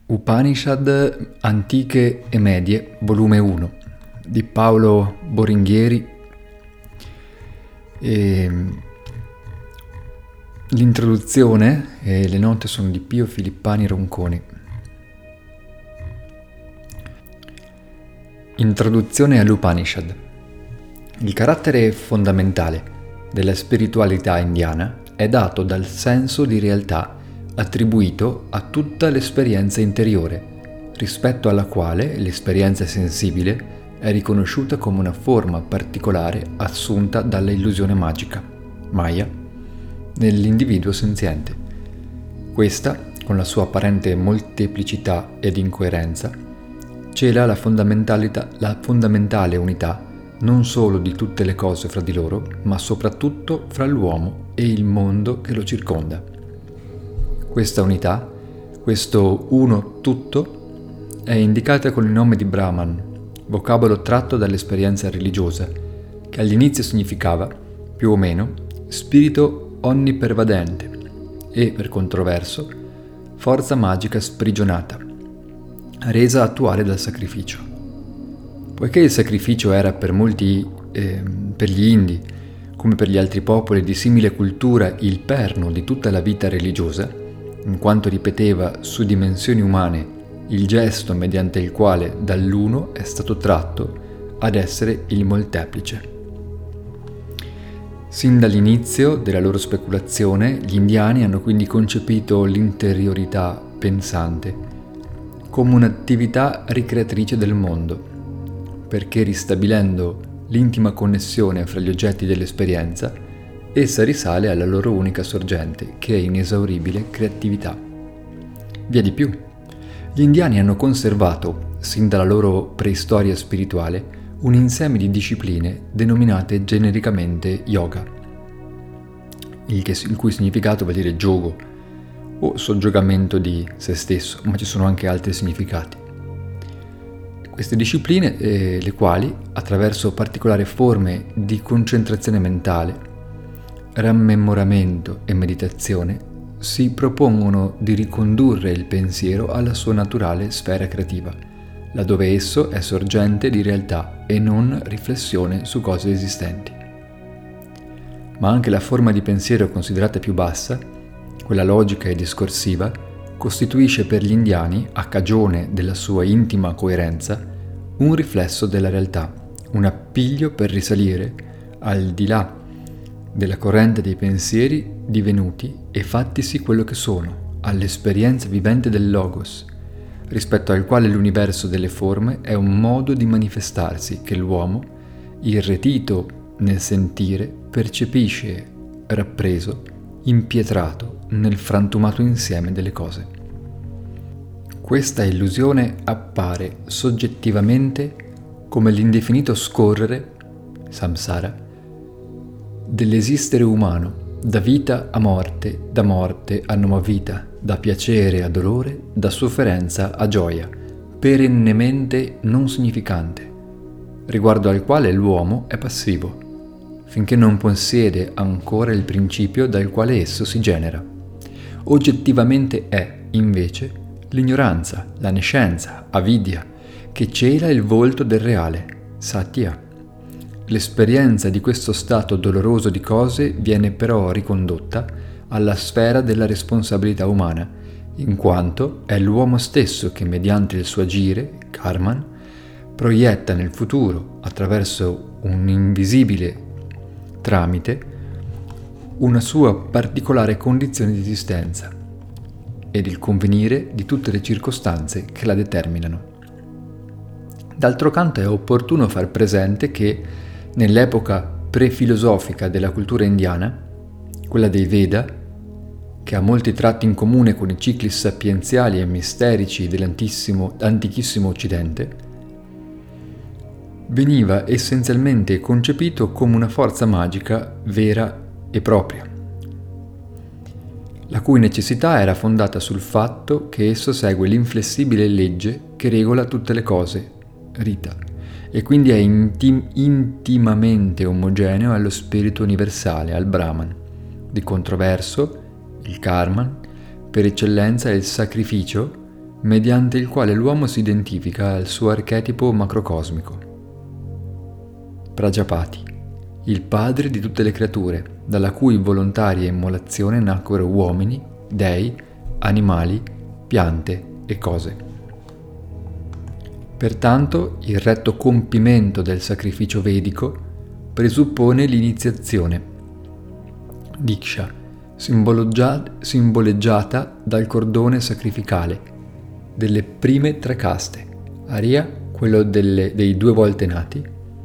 Upanishad Antiche e Medie, volume 1, di Paolo Boringhieri. L'introduzione e le note sono di Pio Filippani Ronconi. Introduzione all'Upanishad. Il carattere fondamentale della spiritualità indiana è dato dal senso di realtà attribuito a tutta l'esperienza interiore, rispetto alla quale l'esperienza sensibile è riconosciuta come una forma particolare assunta dalla illusione magica, Maya, nell'individuo senziente. Questa, con la sua apparente molteplicità ed incoerenza, cela la fondamentale unità non solo di tutte le cose fra di loro, ma soprattutto fra l'uomo e il mondo che lo circonda. Questa unità, questo uno tutto, è indicata con il nome di Brahman, vocabolo tratto dall'esperienza religiosa, che all'inizio significava, più o meno, spirito onnipervadente e, per controverso, forza magica sprigionata, resa attuale dal sacrificio. Poiché il sacrificio era per molti, per gli Indi, come per gli altri popoli di simile cultura, il perno di tutta la vita religiosa, in quanto ripeteva su dimensioni umane il gesto mediante il quale dall'uno è stato tratto ad essere il molteplice. Sin dall'inizio della loro speculazione, gli indiani hanno quindi concepito l'interiorità pensante come un'attività ricreatrice del mondo, perché ristabilendo l'intima connessione fra gli oggetti dell'esperienza, essa risale alla loro unica sorgente, che è inesauribile creatività. Via di più, gli indiani hanno conservato, sin dalla loro preistoria spirituale, un insieme di discipline denominate genericamente yoga, il cui significato vuol dire giogo o soggiogamento di se stesso, ma ci sono anche altri significati. Queste discipline, le quali, attraverso particolari forme di concentrazione mentale, rammemoramento e meditazione, si propongono di ricondurre il pensiero alla sua naturale sfera creativa, laddove esso è sorgente di realtà e non riflessione su cose esistenti. Ma anche la forma di pensiero considerata più bassa, quella logica e discorsiva, costituisce per gli indiani, a cagione della sua intima coerenza, un riflesso della realtà, un appiglio per risalire al di là della corrente dei pensieri divenuti e fattisi quello che sono, all'esperienza vivente del Logos, rispetto al quale l'universo delle forme è un modo di manifestarsi che l'uomo, irretito nel sentire, percepisce rappreso, impietrato nel frantumato insieme delle cose. Questa illusione appare soggettivamente come l'indefinito scorrere, samsara, dell'esistere umano, da vita a morte, da morte a nuova vita, da piacere a dolore, da sofferenza a gioia, perennemente non significante, riguardo al quale l'uomo è passivo, finché non possiede ancora il principio dal quale esso si genera. Oggettivamente è, invece, l'ignoranza, la nescenza, avidya, che cela il volto del reale, satya. L'esperienza di questo stato doloroso di cose viene però ricondotta alla sfera della responsabilità umana, in quanto è l'uomo stesso che mediante il suo agire, karman, proietta nel futuro, attraverso un invisibile tramite, una sua particolare condizione di esistenza ed il convenire di tutte le circostanze che la determinano. D'altro canto è opportuno far presente che nell'epoca pre-filosofica della cultura indiana, quella dei Veda, che ha molti tratti in comune con i cicli sapienziali e misterici dell'antichissimo Occidente, veniva essenzialmente concepito come una forza magica vera e propria, la cui necessità era fondata sul fatto che esso segue l'inflessibile legge che regola tutte le cose, Rita, e quindi è intimamente omogeneo allo spirito universale, al Brahman. Di controverso, il karma, per eccellenza, è il sacrificio mediante il quale l'uomo si identifica al suo archetipo macrocosmico. Prajapati, il padre di tutte le creature, dalla cui volontaria immolazione nacquero uomini, dei, animali, piante e cose. Pertanto, il retto compimento del sacrificio vedico presuppone l'iniziazione, Diksha, simboleggiata dal cordone sacrificale delle prime 3 caste, Arya, quello dei 2 volte nati,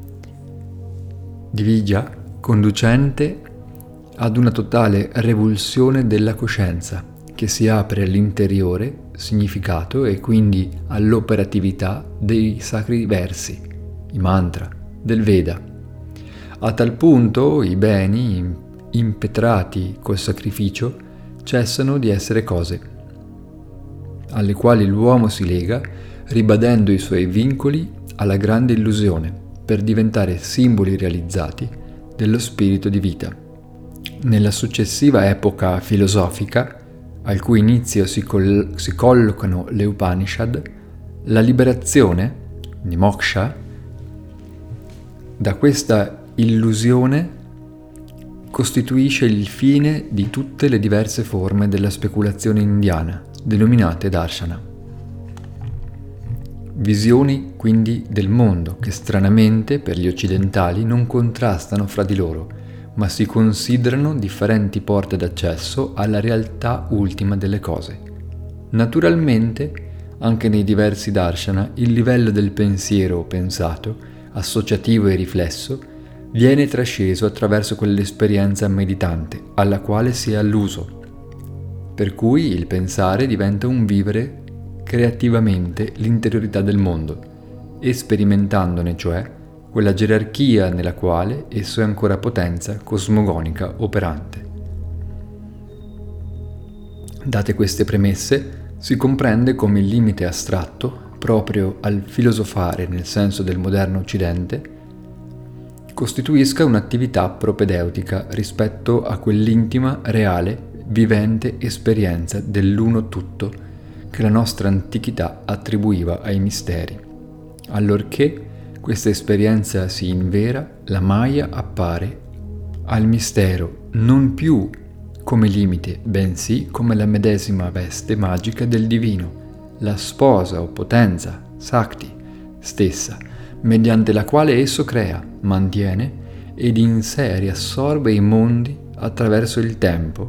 Dvija, conducente ad una totale revulsione della coscienza, che si apre all'interiore significato e quindi all'operatività dei sacri versi, i mantra, del Veda. A tal punto i beni impetrati col sacrificio cessano di essere cose, alle quali l'uomo si lega, ribadendo i suoi vincoli alla grande illusione, per diventare simboli realizzati dello spirito di vita. Nella successiva epoca filosofica, al cui inizio si collocano le Upanishad, la liberazione, di moksha, da questa illusione costituisce il fine di tutte le diverse forme della speculazione indiana, denominate darshana. Visioni quindi del mondo che stranamente per gli occidentali non contrastano fra di loro, ma si considerano differenti porte d'accesso alla realtà ultima delle cose. Naturalmente, anche nei diversi darshana, il livello del pensiero pensato, associativo e riflesso, viene trasceso attraverso quell'esperienza meditante alla quale si è alluso, per cui il pensare diventa un vivere creativamente l'interiorità del mondo, sperimentandone cioè quella gerarchia nella quale esso è ancora potenza cosmogonica operante. Date queste premesse, si comprende come il limite astratto, proprio al filosofare nel senso del moderno Occidente, costituisca un'attività propedeutica rispetto a quell'intima, reale, vivente esperienza dell'uno tutto che la nostra antichità attribuiva ai misteri. Allorché questa esperienza si invera, la Maya appare al mistero non più come limite, bensì come la medesima veste magica del divino, la sposa o potenza, Sakti, stessa, mediante la quale esso crea, mantiene ed in sé riassorbe i mondi attraverso il tempo,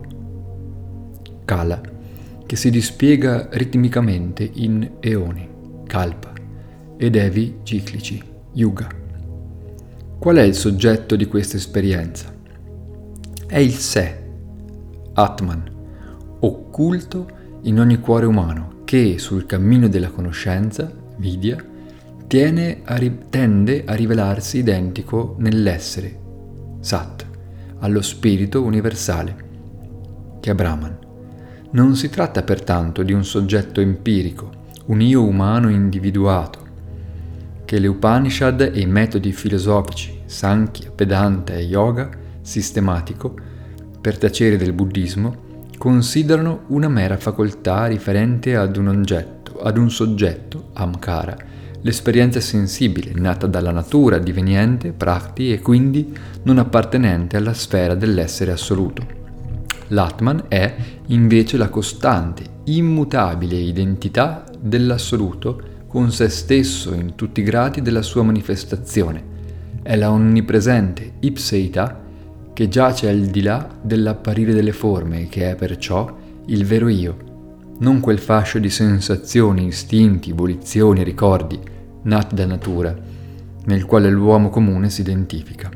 Kala, che si dispiega ritmicamente in eoni, kalpa, ed evi ciclici, yuga. Qual è il soggetto di questa esperienza? È il sé, Atman, occulto in ogni cuore umano, che sul cammino della conoscenza, vidya, tende a rivelarsi identico nell'essere, Sat, allo spirito universale, che è Brahman. Non si tratta pertanto di un soggetto empirico, un io umano individuato, che le Upanishad e i metodi filosofici, Sankhya, Vedanta e Yoga, sistematico, per tacere del buddismo, considerano una mera facoltà riferente ad un soggetto, Amkara, l'esperienza sensibile, nata dalla natura, diveniente, Prakti e quindi non appartenente alla sfera dell'essere assoluto. L'Atman è invece la costante, immutabile identità dell'assoluto con se stesso in tutti i gradi della sua manifestazione. È la onnipresente ipseità che giace al di là dell'apparire delle forme e che è perciò il vero io, non quel fascio di sensazioni, istinti, volizioni e ricordi nati da natura, nel quale l'uomo comune si identifica.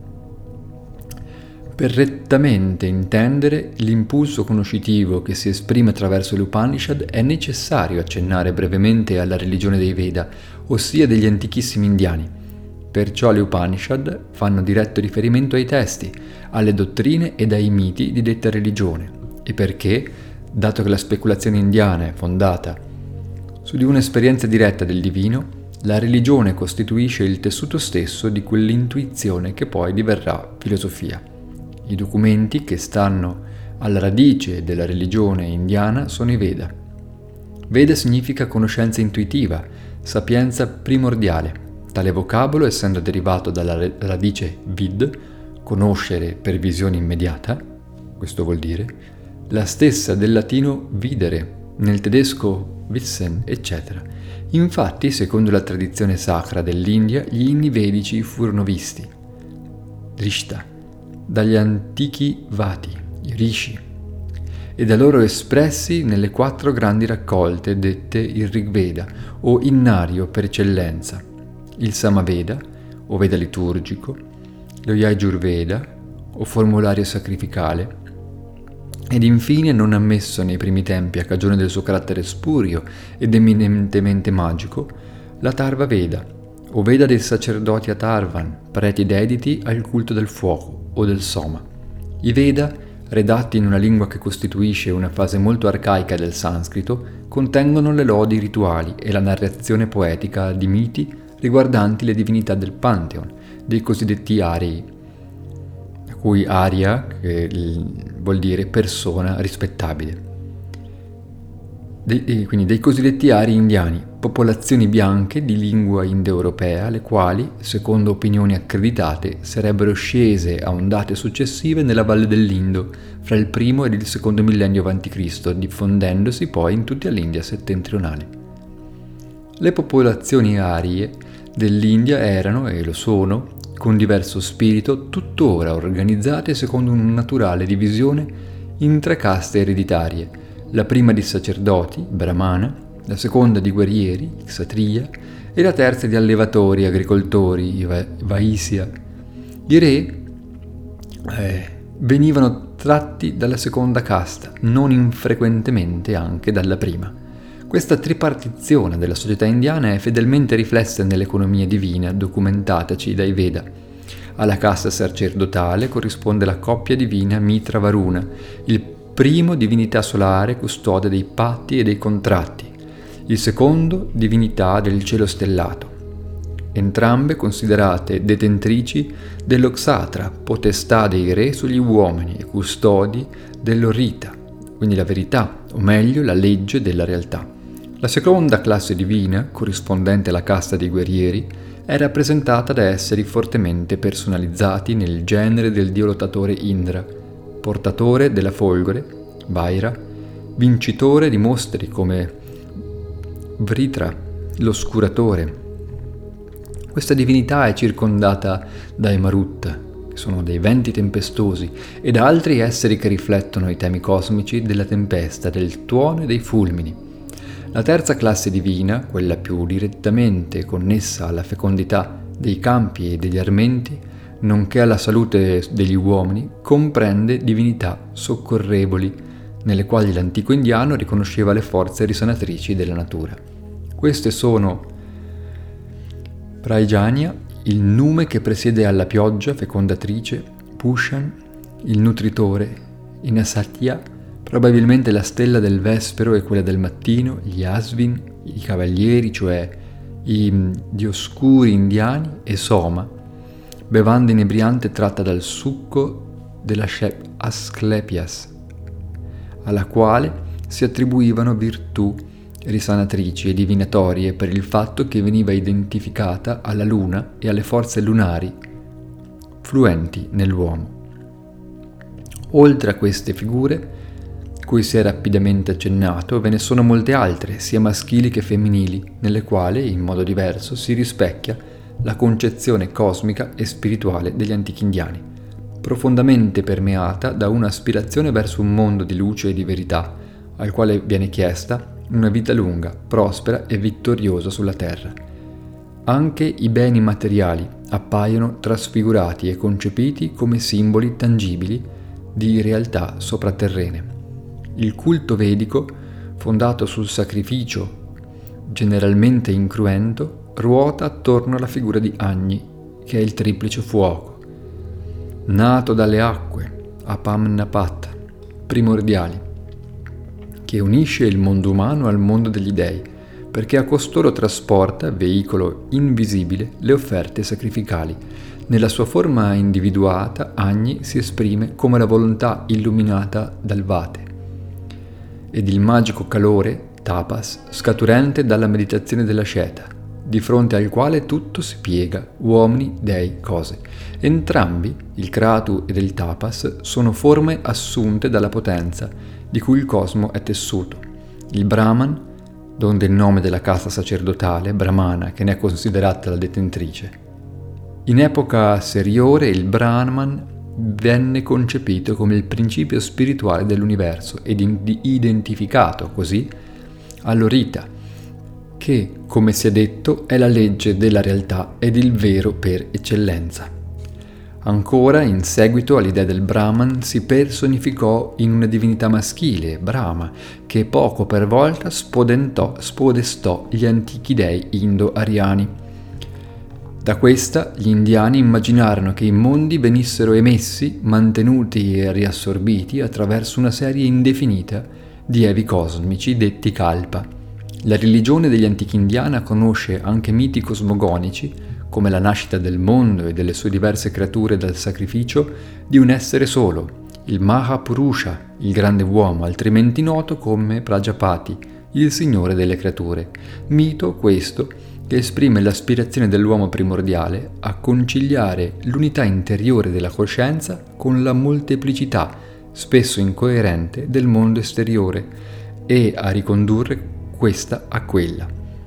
Per rettamente intendere l'impulso conoscitivo che si esprime attraverso le Upanishad è necessario accennare brevemente alla religione dei Veda, ossia degli antichissimi indiani. Perciò le Upanishad fanno diretto riferimento ai testi, alle dottrine ed ai miti di detta religione, e perché, dato che la speculazione indiana è fondata su di un'esperienza diretta del divino, la religione costituisce il tessuto stesso di quell'intuizione che poi diverrà filosofia. I documenti che stanno alla radice della religione indiana sono i Veda. Veda significa conoscenza intuitiva, sapienza primordiale. Tale vocabolo, essendo derivato dalla radice vid, conoscere per visione immediata, questo vuol dire, la stessa del latino videre, nel tedesco wissen, eccetera. Infatti, secondo la tradizione sacra dell'India, gli inni vedici furono visti, drishta, dagli antichi vati, i rishi, e da loro espressi nelle 4 grandi raccolte dette il Rigveda, o innario per eccellenza, il Samaveda, o Veda liturgico, lo Yajurveda, o formulario sacrificale, ed infine, non ammesso nei primi tempi a cagione del suo carattere spurio ed eminentemente magico, la Tarva Veda, o Veda dei sacerdoti Atharvan, preti dediti al culto del fuoco o del Soma. I Veda, redatti in una lingua che costituisce una fase molto arcaica del sanscrito, contengono le lodi rituali e la narrazione poetica di miti riguardanti le divinità del Pantheon, dei cosiddetti Arii, a cui Arya, che vuol dire persona rispettabile. Quindi dei cosiddetti Arii indiani, popolazioni bianche di lingua indoeuropea, le quali, secondo opinioni accreditate, sarebbero scese a ondate successive nella valle dell'Indo fra il primo ed il secondo millennio a.C., diffondendosi poi in tutta l'India settentrionale. Le popolazioni arie dell'India erano, e lo sono, con diverso spirito, tuttora organizzate secondo una naturale divisione in 3 caste ereditarie, la prima di sacerdoti, Brahmana, la seconda di guerrieri, Kshatriya, e la terza di allevatori, agricoltori, Vaisya. I re venivano tratti dalla seconda casta, non infrequentemente anche dalla prima. Questa tripartizione della società indiana è fedelmente riflessa nell'economia divina documentataci dai Veda. Alla casta sacerdotale corrisponde la coppia divina Mitra-Varuna, il primo divinità solare custode dei patti e dei contratti, il secondo divinità del cielo stellato. Entrambe considerate detentrici dello Ksatra, potestà dei re sugli uomini e custodi dell'Orita, quindi la verità, o meglio la legge della realtà. La seconda classe divina, corrispondente alla casta dei guerrieri, è rappresentata da esseri fortemente personalizzati nel genere del dio lottatore Indra, portatore della folgore, Vaira, vincitore di mostri come Vritra, l'oscuratore. Questa divinità è circondata dai Marutta, che sono dei venti tempestosi, e da altri esseri che riflettono i temi cosmici della tempesta, del tuono e dei fulmini. La terza classe divina, quella più direttamente connessa alla fecondità dei campi e degli armenti, nonché alla salute degli uomini, comprende divinità soccorrevoli, nelle quali l'antico indiano riconosceva le forze risanatrici della natura. Queste sono Prajanya, il nume che presiede alla pioggia fecondatrice, Pushan, il nutritore, Inasatya, probabilmente la stella del vespero e quella del mattino, gli Asvin, i cavalieri, cioè i dioscuri indiani, e Soma, bevanda inebriante tratta dal succo della Asclepias, alla quale si attribuivano virtù risanatrici e divinatorie per il fatto che veniva identificata alla luna e alle forze lunari fluenti nell'uomo. Oltre a queste figure, cui si è rapidamente accennato, ve ne sono molte altre, sia maschili che femminili, nelle quali, in modo diverso, si rispecchia la concezione cosmica e spirituale degli antichi indiani, profondamente permeata da un'aspirazione verso un mondo di luce e di verità, al quale viene chiesta una vita lunga, prospera e vittoriosa sulla terra. Anche i beni materiali appaiono trasfigurati e concepiti come simboli tangibili di realtà sopraterrene. Il culto vedico, fondato sul sacrificio generalmente incruento, ruota attorno alla figura di Agni, che è il triplice fuoco, nato dalle acque, Apamnapat, primordiali, che unisce il mondo umano al mondo degli dei, perché a costoro trasporta, veicolo invisibile, le offerte sacrificali. Nella sua forma individuata, Agni si esprime come la volontà illuminata dal Vate, ed il magico calore tapas, scaturente dalla meditazione della Sheta, di fronte al quale tutto si piega, uomini, dei, cose. Entrambi, il Kratu ed il tapas, sono forme assunte dalla potenza di cui il cosmo è tessuto. Il Brahman, donde il nome della casta sacerdotale, Brahmana, che ne è considerata la detentrice. In epoca seriore il Brahman venne concepito come il principio spirituale dell'universo ed identificato così all'Orita, che, come si è detto, è la legge della realtà ed il vero per eccellenza. Ancora, in seguito all'idea del Brahman, si personificò in una divinità maschile, Brahma, che poco per volta spodestò gli antichi dei indo-ariani. Da questa gli indiani immaginarono che i mondi venissero emessi, mantenuti e riassorbiti attraverso una serie indefinita di evi cosmici detti kalpa. La religione degli antichi indiani conosce anche miti cosmogonici, come la nascita del mondo e delle sue diverse creature dal sacrificio di un essere solo, il Mahapurusha, il grande uomo, altrimenti noto come Prajapati, il signore delle creature. Mito questo che esprime l'aspirazione dell'uomo primordiale a conciliare l'unità interiore della coscienza con la molteplicità, spesso incoerente, del mondo esteriore e a ricondurre questa a quella.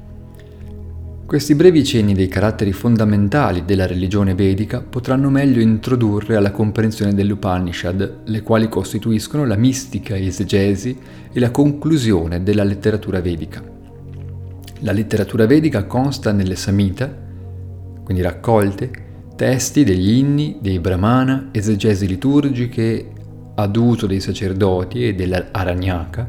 Questi brevi cenni dei caratteri fondamentali della religione vedica potranno meglio introdurre alla comprensione delle Upanishad, le quali costituiscono la mistica esegesi e la conclusione della letteratura vedica. La letteratura vedica consta nelle Samhita, quindi raccolte, testi degli inni, dei Brahmana, esegesi liturgiche ad uso dei sacerdoti e dell'Aranyaka,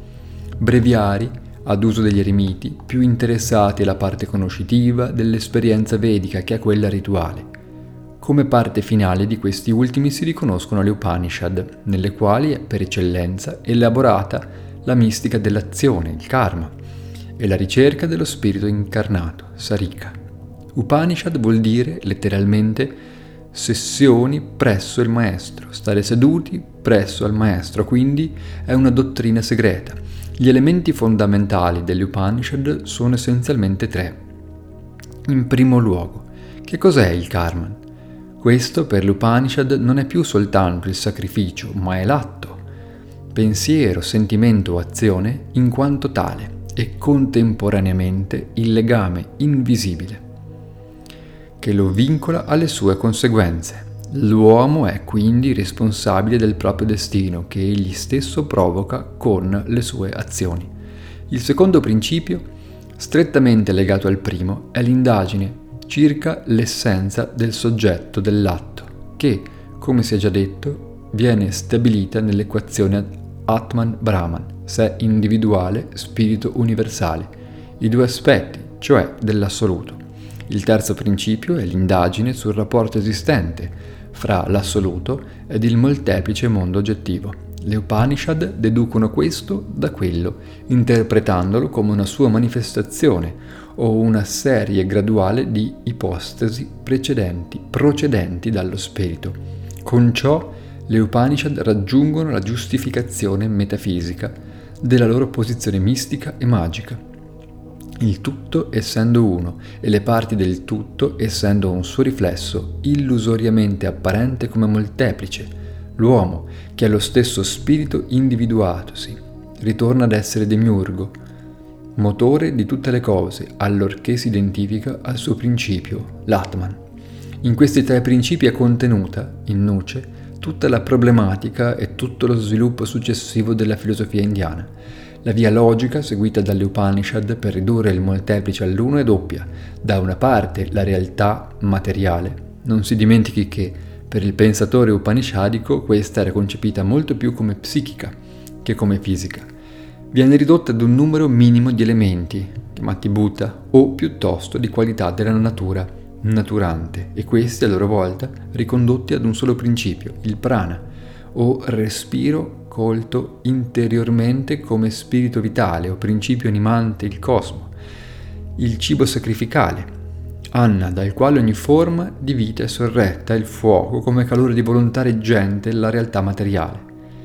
breviari ad uso degli eremiti, più interessati alla parte conoscitiva dell'esperienza vedica che a quella rituale. Come parte finale di questi ultimi si riconoscono le Upanishad, nelle quali è per eccellenza elaborata la mistica dell'azione, il karma, e la ricerca dello spirito incarnato, Sarika. Upanishad vuol dire letteralmente sessioni presso il maestro, stare seduti presso al maestro, quindi è una dottrina segreta. Gli elementi fondamentali degli Upanishad sono essenzialmente tre. In primo luogo, che cos'è il karma? Questo per l'Upanishad non è più soltanto il sacrificio, ma è l'atto, pensiero, sentimento o azione in quanto tale, e contemporaneamente il legame invisibile che lo vincola alle sue conseguenze. L'uomo è quindi responsabile del proprio destino che egli stesso provoca con le sue azioni. Il secondo principio, strettamente legato al primo, è l'indagine circa l'essenza del soggetto dell'atto che, come si è già detto, viene stabilita nell'equazione Atman Brahman, sé individuale, spirito universale, i due aspetti, cioè dell'assoluto. Il terzo principio è l'indagine sul rapporto esistente fra l'assoluto ed il molteplice mondo oggettivo. Le Upanishad deducono questo da quello, interpretandolo come una sua manifestazione o una serie graduale di ipostasi procedenti dallo spirito. Con ciò le Upanishad raggiungono la giustificazione metafisica della loro posizione mistica e magica. Il tutto essendo uno e le parti del tutto essendo un suo riflesso illusoriamente apparente come molteplice, l'uomo, che è lo stesso spirito individuatosi, ritorna ad essere demiurgo, motore di tutte le cose, allorché si identifica al suo principio, l'Atman. In questi tre principi è contenuta, in nuce, tutta la problematica e tutto lo sviluppo successivo della filosofia indiana. La via logica seguita dalle Upanishad per ridurre il molteplice all'uno è doppia. Da una parte la realtà materiale. Non si dimentichi che, per il pensatore upanishadico, questa era concepita molto più come psichica che come fisica. Viene ridotta ad un numero minimo di elementi, chiamati bhuta, o piuttosto di qualità della natura naturante, e questi a loro volta ricondotti ad un solo principio, il prana, o respiro colto interiormente come spirito vitale o principio animante, il cosmo, il cibo sacrificale, Anna, dal quale ogni forma di vita è sorretta, il fuoco come calore di volontà reggente la realtà materiale.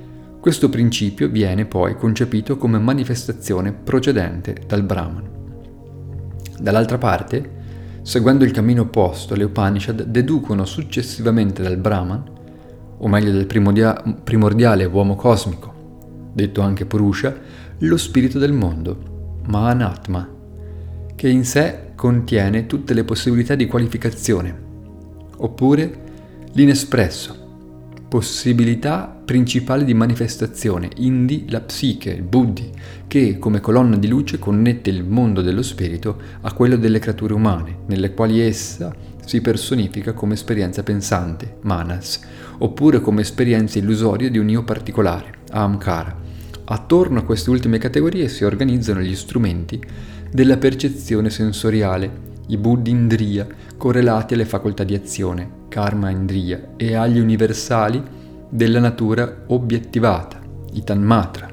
Questo principio viene poi concepito come manifestazione procedente dal Brahman. Dall'altra parte, seguendo il cammino opposto, le Upanishad deducono successivamente dal Brahman, o meglio dal primordiale uomo cosmico, detto anche Purusha, lo spirito del mondo, Mahanatma, che in sé contiene tutte le possibilità di qualificazione, oppure l'inespresso, possibilità principale di manifestazione, indi la psiche, il buddhi, che come colonna di luce connette il mondo dello spirito a quello delle creature umane, nelle quali essa si personifica come esperienza pensante, manas, oppure come esperienza illusoria di un io particolare, ahamkara. Attorno a queste ultime categorie si organizzano gli strumenti della percezione sensoriale, i buddhi indriya, correlati alle facoltà di azione, karma indriya, e agli universali della natura obiettivata, i tanmatra.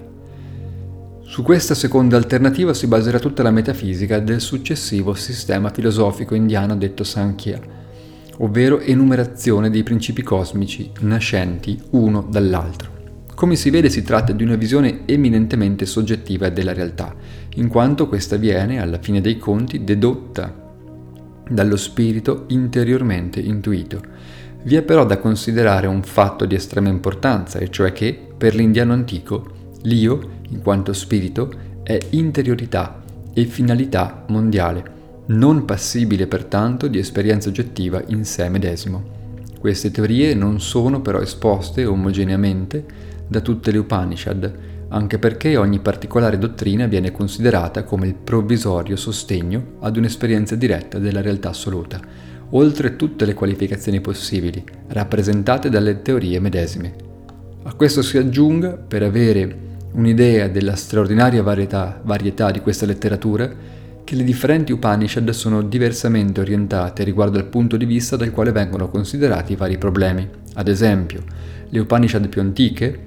Su questa seconda alternativa si baserà tutta la metafisica del successivo sistema filosofico indiano detto Sankhya, ovvero enumerazione dei principi cosmici nascenti uno dall'altro. Come si vede, si tratta di una visione eminentemente soggettiva della realtà, in quanto questa viene, alla fine dei conti, dedotta dallo spirito interiormente intuito. Vi è però da considerare un fatto di estrema importanza, e cioè che, per l'indiano antico, l'io, in quanto spirito, è interiorità e finalità mondiale, non passibile pertanto di esperienza oggettiva in sé medesimo. Queste teorie non sono però esposte omogeneamente da tutte le Upanishad, anche perché ogni particolare dottrina viene considerata come il provvisorio sostegno ad un'esperienza diretta della realtà assoluta, oltre tutte le qualificazioni possibili, rappresentate dalle teorie medesime. A questo si aggiunga, per avere un'idea della straordinaria varietà di questa letteratura, che le differenti Upanishad sono diversamente orientate riguardo al punto di vista dal quale vengono considerati i vari problemi. Ad esempio, le Upanishad più antiche,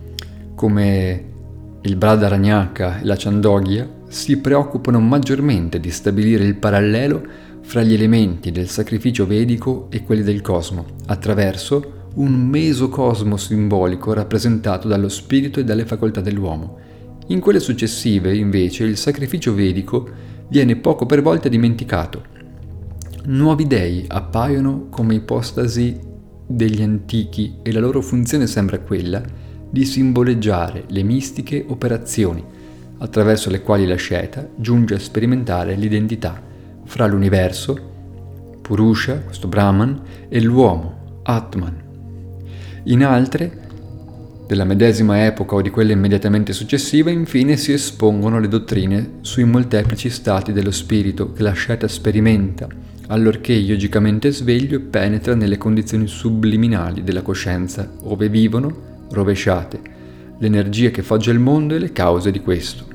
come il Brihadaranyaka e la Chandogya, si preoccupano maggiormente di stabilire il parallelo fra gli elementi del sacrificio vedico e quelli del cosmo, attraverso un mesocosmo simbolico rappresentato dallo spirito e dalle facoltà dell'uomo. In quelle successive, invece, il sacrificio vedico viene poco per volta dimenticato. Nuovi dei appaiono come ipostasi degli antichi e la loro funzione sembra quella di simboleggiare le mistiche operazioni attraverso le quali l'asceta giunge a sperimentare l'identità fra l'universo, Purusha, questo Brahman, e l'uomo, Atman. In altre, della medesima epoca o di quella immediatamente successiva, infine si espongono le dottrine sui molteplici stati dello spirito che l'asceta sperimenta, allorché yogicamente sveglio e penetra nelle condizioni subliminali della coscienza, ove vivono, rovesciate, l'energia che foggia il mondo e le cause di questo.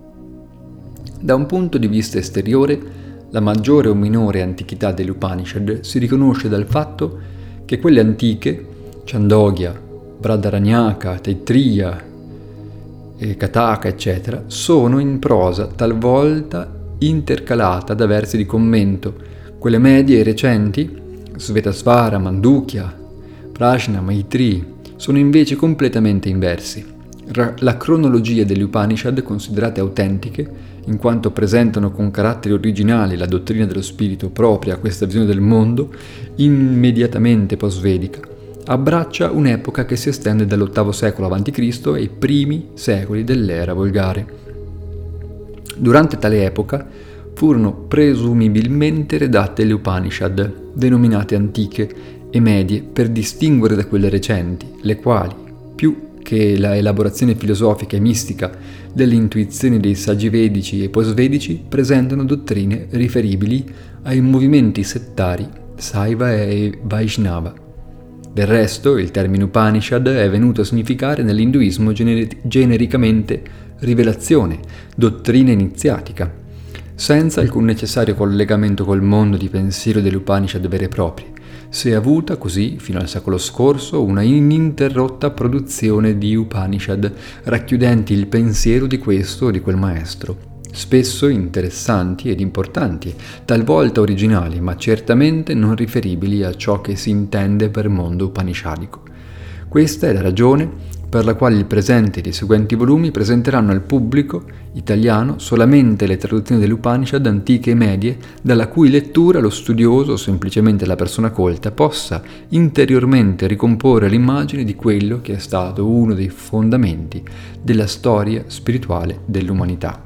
Da un punto di vista esteriore, la maggiore o minore antichità delle Upanishad si riconosce dal fatto che quelle antiche, Chandogya, Brihadaranyaka, Taittiriya, Kataka, eccetera, sono in prosa talvolta intercalata da versi di commento. Quelle medie e recenti, Svetasvara, Mandukya, Prashna, Maitri, sono invece completamente inversi. La cronologia delle Upanishad, considerate autentiche, in quanto presentano con caratteri originali la dottrina dello spirito propria a questa visione del mondo, immediatamente post-vedica, abbraccia un'epoca che si estende dall'VIII secolo a.C. ai primi secoli dell'era volgare. Durante tale epoca furono presumibilmente redatte le Upanishad, denominate antiche e medie per distinguere da quelle recenti, le quali, più che la elaborazione filosofica e mistica delle intuizioni dei saggi vedici e post-vedici, presentano dottrine riferibili ai movimenti settari Saiva e Vaishnava. Del resto, il termine Upanishad è venuto a significare nell'induismo genericamente rivelazione, dottrina iniziatica, senza alcun necessario collegamento col mondo di pensiero delle Upanishad vere e proprie. Si è avuta così, fino al secolo scorso, una ininterrotta produzione di Upanishad racchiudenti il pensiero di questo o di quel maestro, spesso interessanti ed importanti, talvolta originali, ma certamente non riferibili a ciò che si intende per mondo upanishadico. Questa è la ragione per la quale il presente ed i seguenti volumi presenteranno al pubblico italiano solamente le traduzioni delle Upanishad antiche e medie, dalla cui lettura lo studioso o semplicemente la persona colta possa interiormente ricomporre l'immagine di quello che è stato uno dei fondamenti della storia spirituale dell'umanità.